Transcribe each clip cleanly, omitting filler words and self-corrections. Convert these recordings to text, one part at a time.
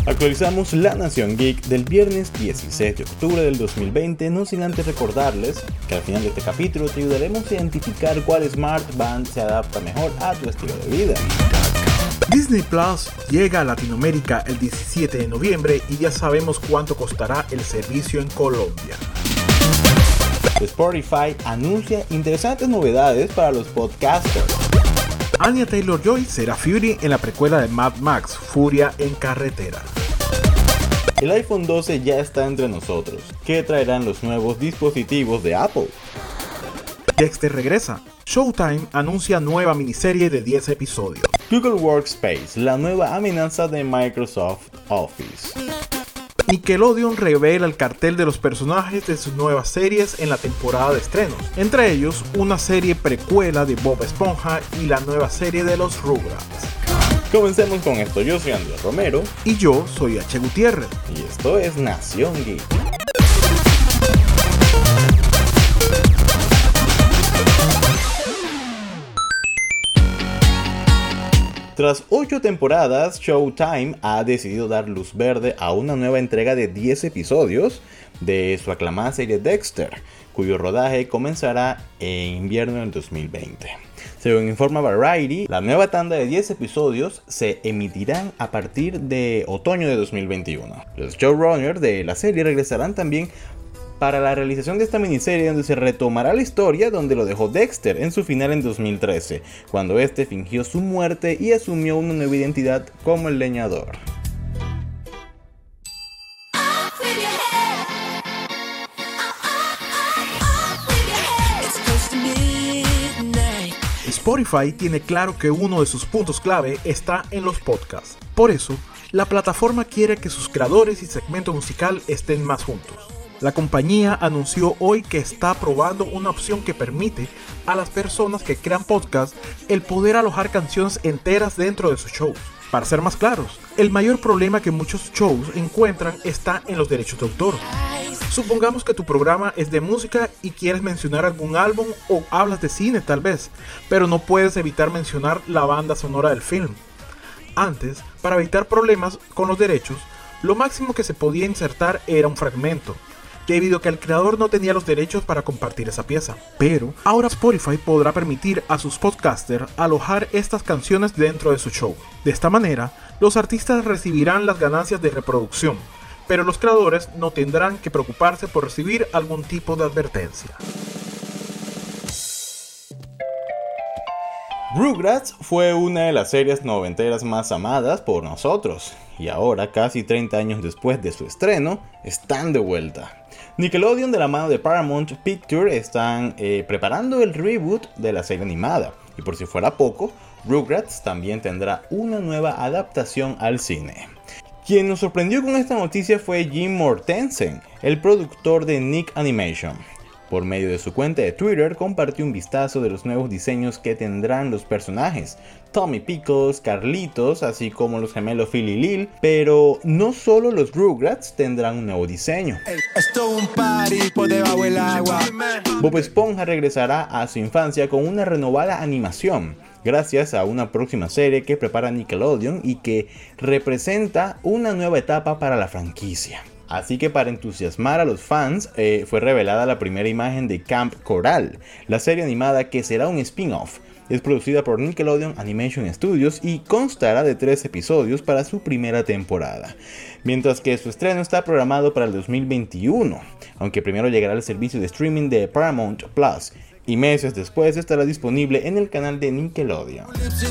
Actualizamos la Nación Geek del viernes 16 de octubre del 2020, no sin antes recordarles que al final de este capítulo te ayudaremos a identificar cuál Smart Band se adapta mejor a tu estilo de vida. Disney Plus llega a Latinoamérica el 17 de noviembre y ya sabemos cuánto costará el servicio en Colombia. Spotify anuncia interesantes novedades para los podcasters. Anya Taylor-Joy será Fury en la precuela de Mad Max, Furia en Carretera. El iPhone 12 ya está entre nosotros. ¿Qué traerán los nuevos dispositivos de Apple? Dexter regresa. Showtime anuncia nueva miniserie de 10 episodios. Google Workspace, la nueva amenaza de Microsoft Office. Nickelodeon revela el cartel de los personajes de sus nuevas series en la temporada de estrenos, entre ellos una serie precuela de Bob Esponja y la nueva serie de los Rugrats. Comencemos con esto, yo soy Andrés Romero y yo soy H. Gutiérrez y esto es Nación Geek. Tras 8 temporadas, Showtime ha decidido dar luz verde a una nueva entrega de 10 episodios de su aclamada serie Dexter, cuyo rodaje comenzará en invierno del 2020. Según informa Variety, la nueva tanda de 10 episodios se emitirán a partir de otoño de 2021. Los showrunners de la serie regresarán también para la realización de esta miniserie, donde se retomará la historia donde lo dejó Dexter en su final en 2013, cuando este fingió su muerte y asumió una nueva identidad como el leñador. Spotify tiene claro que uno de sus puntos clave está en los podcasts. Por eso, la plataforma quiere que sus creadores y segmento musical estén más juntos. La compañía anunció hoy que está probando una opción que permite a las personas que crean podcasts el poder alojar canciones enteras dentro de sus shows. Para ser más claros, el mayor problema que muchos shows encuentran está en los derechos de autor. Supongamos que tu programa es de música y quieres mencionar algún álbum o hablas de cine tal vez, pero no puedes evitar mencionar la banda sonora del film. Antes, para evitar problemas con los derechos, lo máximo que se podía insertar era un fragmento, debido a que el creador no tenía los derechos para compartir esa pieza. Pero ahora Spotify podrá permitir a sus podcasters alojar estas canciones dentro de su show. De esta manera, los artistas recibirán las ganancias de reproducción, pero los creadores no tendrán que preocuparse por recibir algún tipo de advertencia. Rugrats fue una de las series noventeras más amadas por nosotros, y ahora, casi 30 años después de su estreno, están de vuelta. Nickelodeon, de la mano de Paramount Pictures, están preparando el reboot de la serie animada, y por si fuera poco, Rugrats también tendrá una nueva adaptación al cine. Quien nos sorprendió con esta noticia fue Jim Mortensen, el productor de Nick Animation. Por medio de su cuenta de Twitter compartió un vistazo de los nuevos diseños que tendrán los personajes, Tommy Pickles, Carlitos, así como los gemelos Phil y Lil, pero no solo los Rugrats tendrán un nuevo diseño. Bob Esponja regresará a su infancia con una renovada animación, gracias a una próxima serie que prepara Nickelodeon y que representa una nueva etapa para la franquicia. Así que para entusiasmar a los fans fue revelada la primera imagen de Camp Coral, la serie animada que será un spin-off. Es producida por Nickelodeon Animation Studios y constará de 3 episodios para su primera temporada, mientras que su estreno está programado para el 2021, aunque primero llegará al servicio de streaming de Paramount Plus y meses después estará disponible en el canal de Nickelodeon.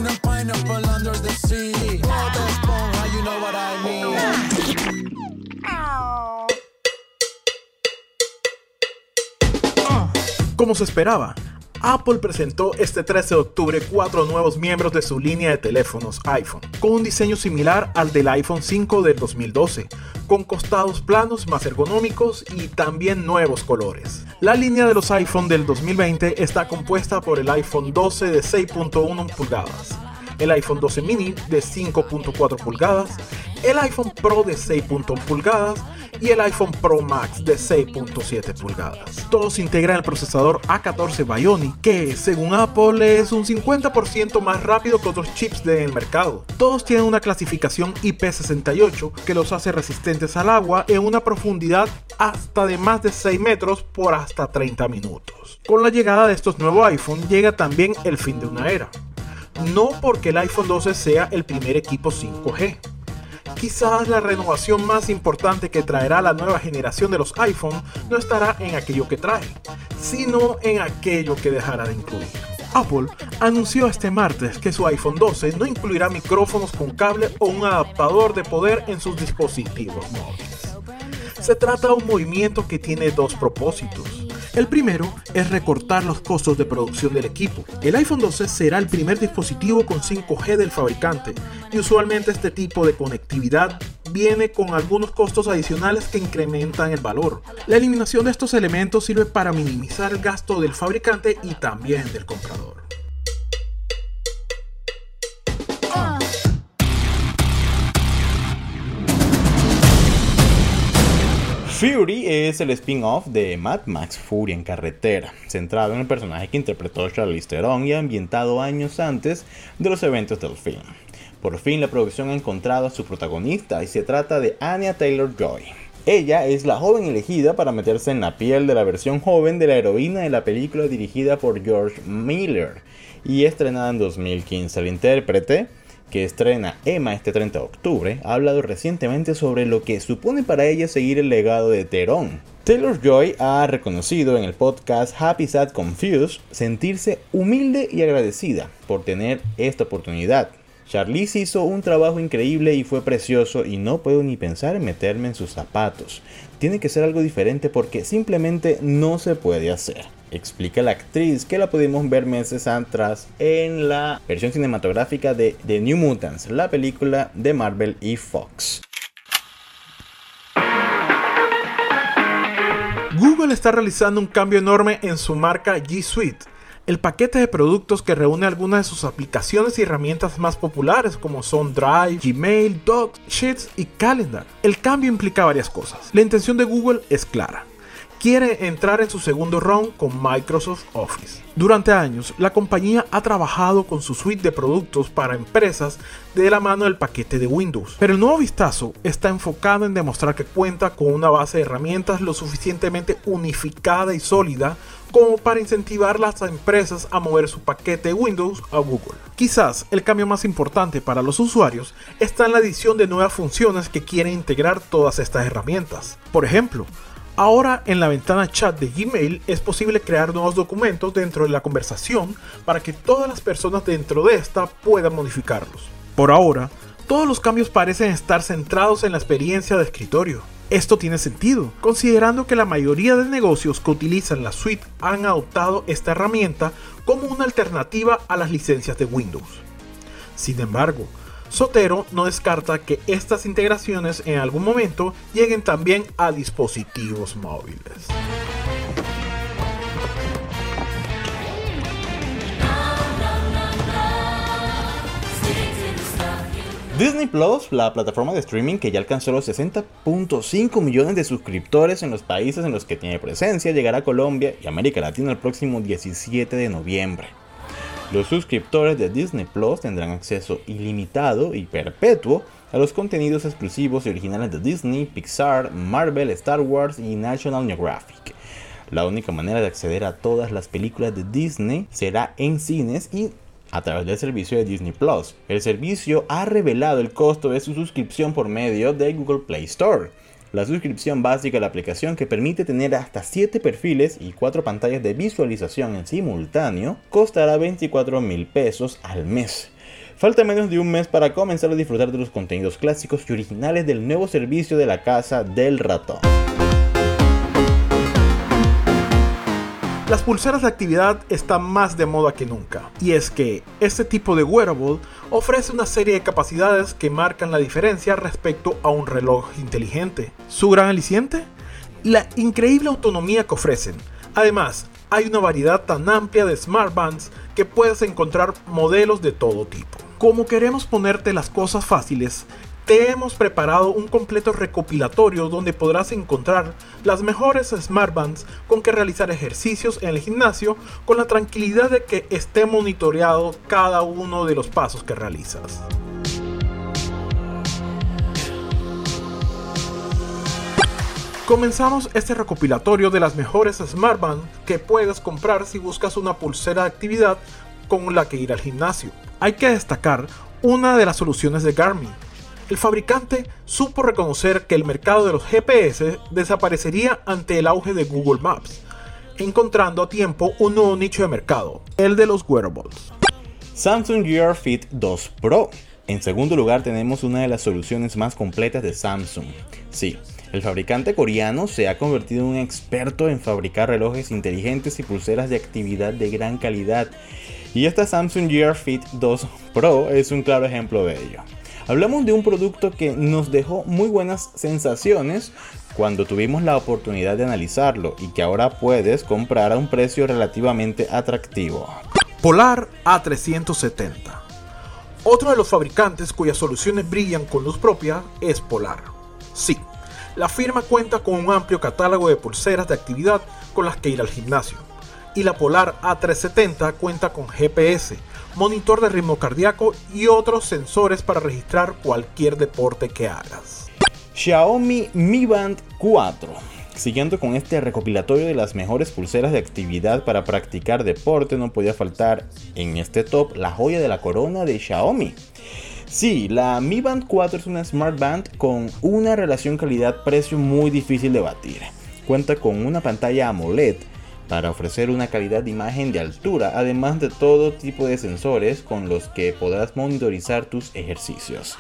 Como se esperaba, Apple presentó este 13 de octubre 4 nuevos miembros de su línea de teléfonos iPhone, con un diseño similar al del iPhone 5 del 2012, con costados planos más ergonómicos y también nuevos colores. La línea de los iPhone del 2020 está compuesta por el iPhone 12 de 6.1 pulgadas, el iPhone 12 mini de 5.4 pulgadas, el iPhone Pro de 6.1 pulgadas y el iPhone Pro Max de 6.7 pulgadas. Todos integran el procesador A14 Bionic, que según Apple es un 50% más rápido que otros chips del mercado. Todos tienen una clasificación IP68 que los hace resistentes al agua en una profundidad hasta de más de 6 metros por hasta 30 minutos. Con la llegada de estos nuevos iPhone llega también el fin de una era. No porque el iPhone 12 sea el primer equipo 5G. Quizás la renovación más importante que traerá la nueva generación de los iPhone no estará en aquello que trae, sino en aquello que dejará de incluir. Apple anunció este martes que su iPhone 12 no incluirá micrófonos con cable o un adaptador de poder en sus dispositivos móviles. Se trata de un movimiento que tiene dos propósitos. El primero es recortar los costos de producción del equipo. El iPhone 12 será el primer dispositivo con 5G del fabricante y usualmente este tipo de conectividad viene con algunos costos adicionales que incrementan el valor. La eliminación de estos elementos sirve para minimizar el gasto del fabricante y también del comprador. Fury es el spin-off de Mad Max Furia en carretera, centrado en el personaje que interpretó Charlize Theron y ambientado años antes de los eventos del film. Por fin la producción ha encontrado a su protagonista y se trata de Anya Taylor-Joy. Ella es la joven elegida para meterse en la piel de la versión joven de la heroína de la película dirigida por George Miller y estrenada en 2015. El intérprete, que estrena Emma este 30 de octubre, ha hablado recientemente sobre lo que supone para ella seguir el legado de Theron. Taylor-Joy ha reconocido en el podcast Happy Sad Confused sentirse humilde y agradecida por tener esta oportunidad. Charlize hizo un trabajo increíble y fue precioso y no puedo ni pensar en meterme en sus zapatos. Tiene que ser algo diferente porque simplemente no se puede hacer, explica la actriz, que la pudimos ver meses atrás en la versión cinematográfica de The New Mutants, la película de Marvel y Fox. Google está realizando un cambio enorme en su marca G Suite, el paquete de productos que reúne algunas de sus aplicaciones y herramientas más populares como son Drive, Gmail, Docs, Sheets y Calendar. El cambio implica varias cosas. La intención de Google es clara. Quiere entrar en su segundo round con Microsoft Office. Durante años, la compañía ha trabajado con su suite de productos para empresas de la mano del paquete de Windows. Pero el nuevo vistazo está enfocado en demostrar que cuenta con una base de herramientas lo suficientemente unificada y sólida como para incentivar a las empresas a mover su paquete de Windows a Google. Quizás el cambio más importante para los usuarios está en la adición de nuevas funciones que quieren integrar todas estas herramientas. Por ejemplo, ahora en la ventana chat de Gmail es posible crear nuevos documentos dentro de la conversación para que todas las personas dentro de esta puedan modificarlos. Por ahora, todos los cambios parecen estar centrados en la experiencia de escritorio. Esto tiene sentido, considerando que la mayoría de negocios que utilizan la suite han adoptado esta herramienta como una alternativa a las licencias de Windows. Sin embargo, Zotero no descarta que estas integraciones en algún momento lleguen también a dispositivos móviles. Disney Plus, la plataforma de streaming que ya alcanzó los 60.5 millones de suscriptores en los países en los que tiene presencia, llegará a Colombia y América Latina el próximo 17 de noviembre. Los suscriptores de Disney Plus tendrán acceso ilimitado y perpetuo a los contenidos exclusivos y originales de Disney, Pixar, Marvel, Star Wars y National Geographic. La única manera de acceder a todas las películas de Disney será en cines y a través del servicio de Disney Plus. El servicio ha revelado el costo de su suscripción por medio de Google Play Store. La suscripción básica a la aplicación, que permite tener hasta 7 perfiles y 4 pantallas de visualización en simultáneo, costará 24,000 pesos al mes. Falta menos de un mes para comenzar a disfrutar de los contenidos clásicos y originales del nuevo servicio de la Casa del Ratón. Las pulseras de actividad están más de moda que nunca, y es que este tipo de wearable ofrece una serie de capacidades que marcan la diferencia respecto a un reloj inteligente. ¿Su gran aliciente? La increíble autonomía que ofrecen. Además, hay una variedad tan amplia de smartbands que puedes encontrar modelos de todo tipo. Como queremos ponerte las cosas fáciles, te hemos preparado un completo recopilatorio donde podrás encontrar las mejores smartbands con que realizar ejercicios en el gimnasio con la tranquilidad de que esté monitoreado cada uno de los pasos que realizas. Comenzamos este recopilatorio de las mejores smartbands que puedes comprar si buscas una pulsera de actividad con la que ir al gimnasio. Hay que destacar una de las soluciones de Garmin. El fabricante supo reconocer que el mercado de los GPS desaparecería ante el auge de Google Maps, encontrando a tiempo un nuevo nicho de mercado, el de los wearables. Samsung Gear Fit 2 Pro. En segundo lugar tenemos una de las soluciones más completas de Samsung. Sí, el fabricante coreano se ha convertido en un experto en fabricar relojes inteligentes y pulseras de actividad de gran calidad. Y esta Samsung Gear Fit 2 Pro es un claro ejemplo de ello. Hablamos de un producto que nos dejó muy buenas sensaciones cuando tuvimos la oportunidad de analizarlo y que ahora puedes comprar a un precio relativamente atractivo. Polar A370. Otro de los fabricantes cuyas soluciones brillan con luz propia es Polar. Sí, la firma cuenta con un amplio catálogo de pulseras de actividad con las que ir al gimnasio. Y la Polar A370 cuenta con GPS, monitor de ritmo cardíaco y otros sensores para registrar cualquier deporte que hagas. Xiaomi Mi Band 4. Siguiendo con este recopilatorio de las mejores pulseras de actividad para practicar deporte, no podía faltar en este top la joya de la corona de Xiaomi. Sí, la Mi Band 4 es una Smart Band con una relación calidad-precio muy difícil de batir. Cuenta con una pantalla AMOLED para ofrecer una calidad de imagen de altura, además de todo tipo de sensores con los que podrás monitorizar tus ejercicios.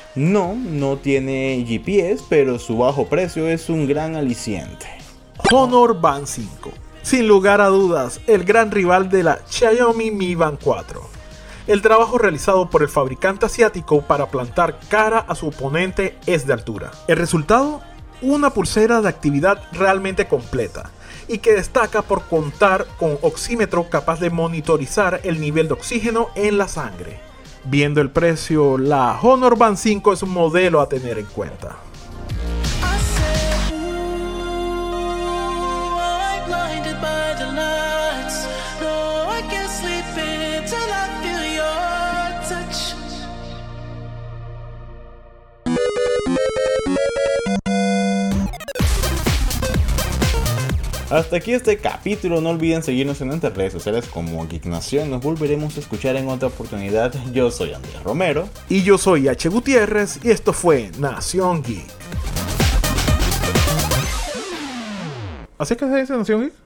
No tiene GPS, pero su bajo precio es un gran aliciente. Honor Band 5. Sin lugar a dudas, el gran rival de la Xiaomi Mi Band 4. El trabajo realizado por el fabricante asiático para plantar cara a su oponente es de altura. El resultado, una pulsera de actividad realmente completa y que destaca por contar con oxímetro capaz de monitorizar el nivel de oxígeno en la sangre. Viendo el precio, la Honor Band 5 es un modelo a tener en cuenta. Hasta aquí este capítulo, no olviden seguirnos en nuestras redes sociales como Geeknación. Nos volveremos a escuchar en otra oportunidad. Yo soy Andrés Romero. Y yo soy H. Gutiérrez y esto fue Nación Geek. ¿Así que se dice Nación Geek?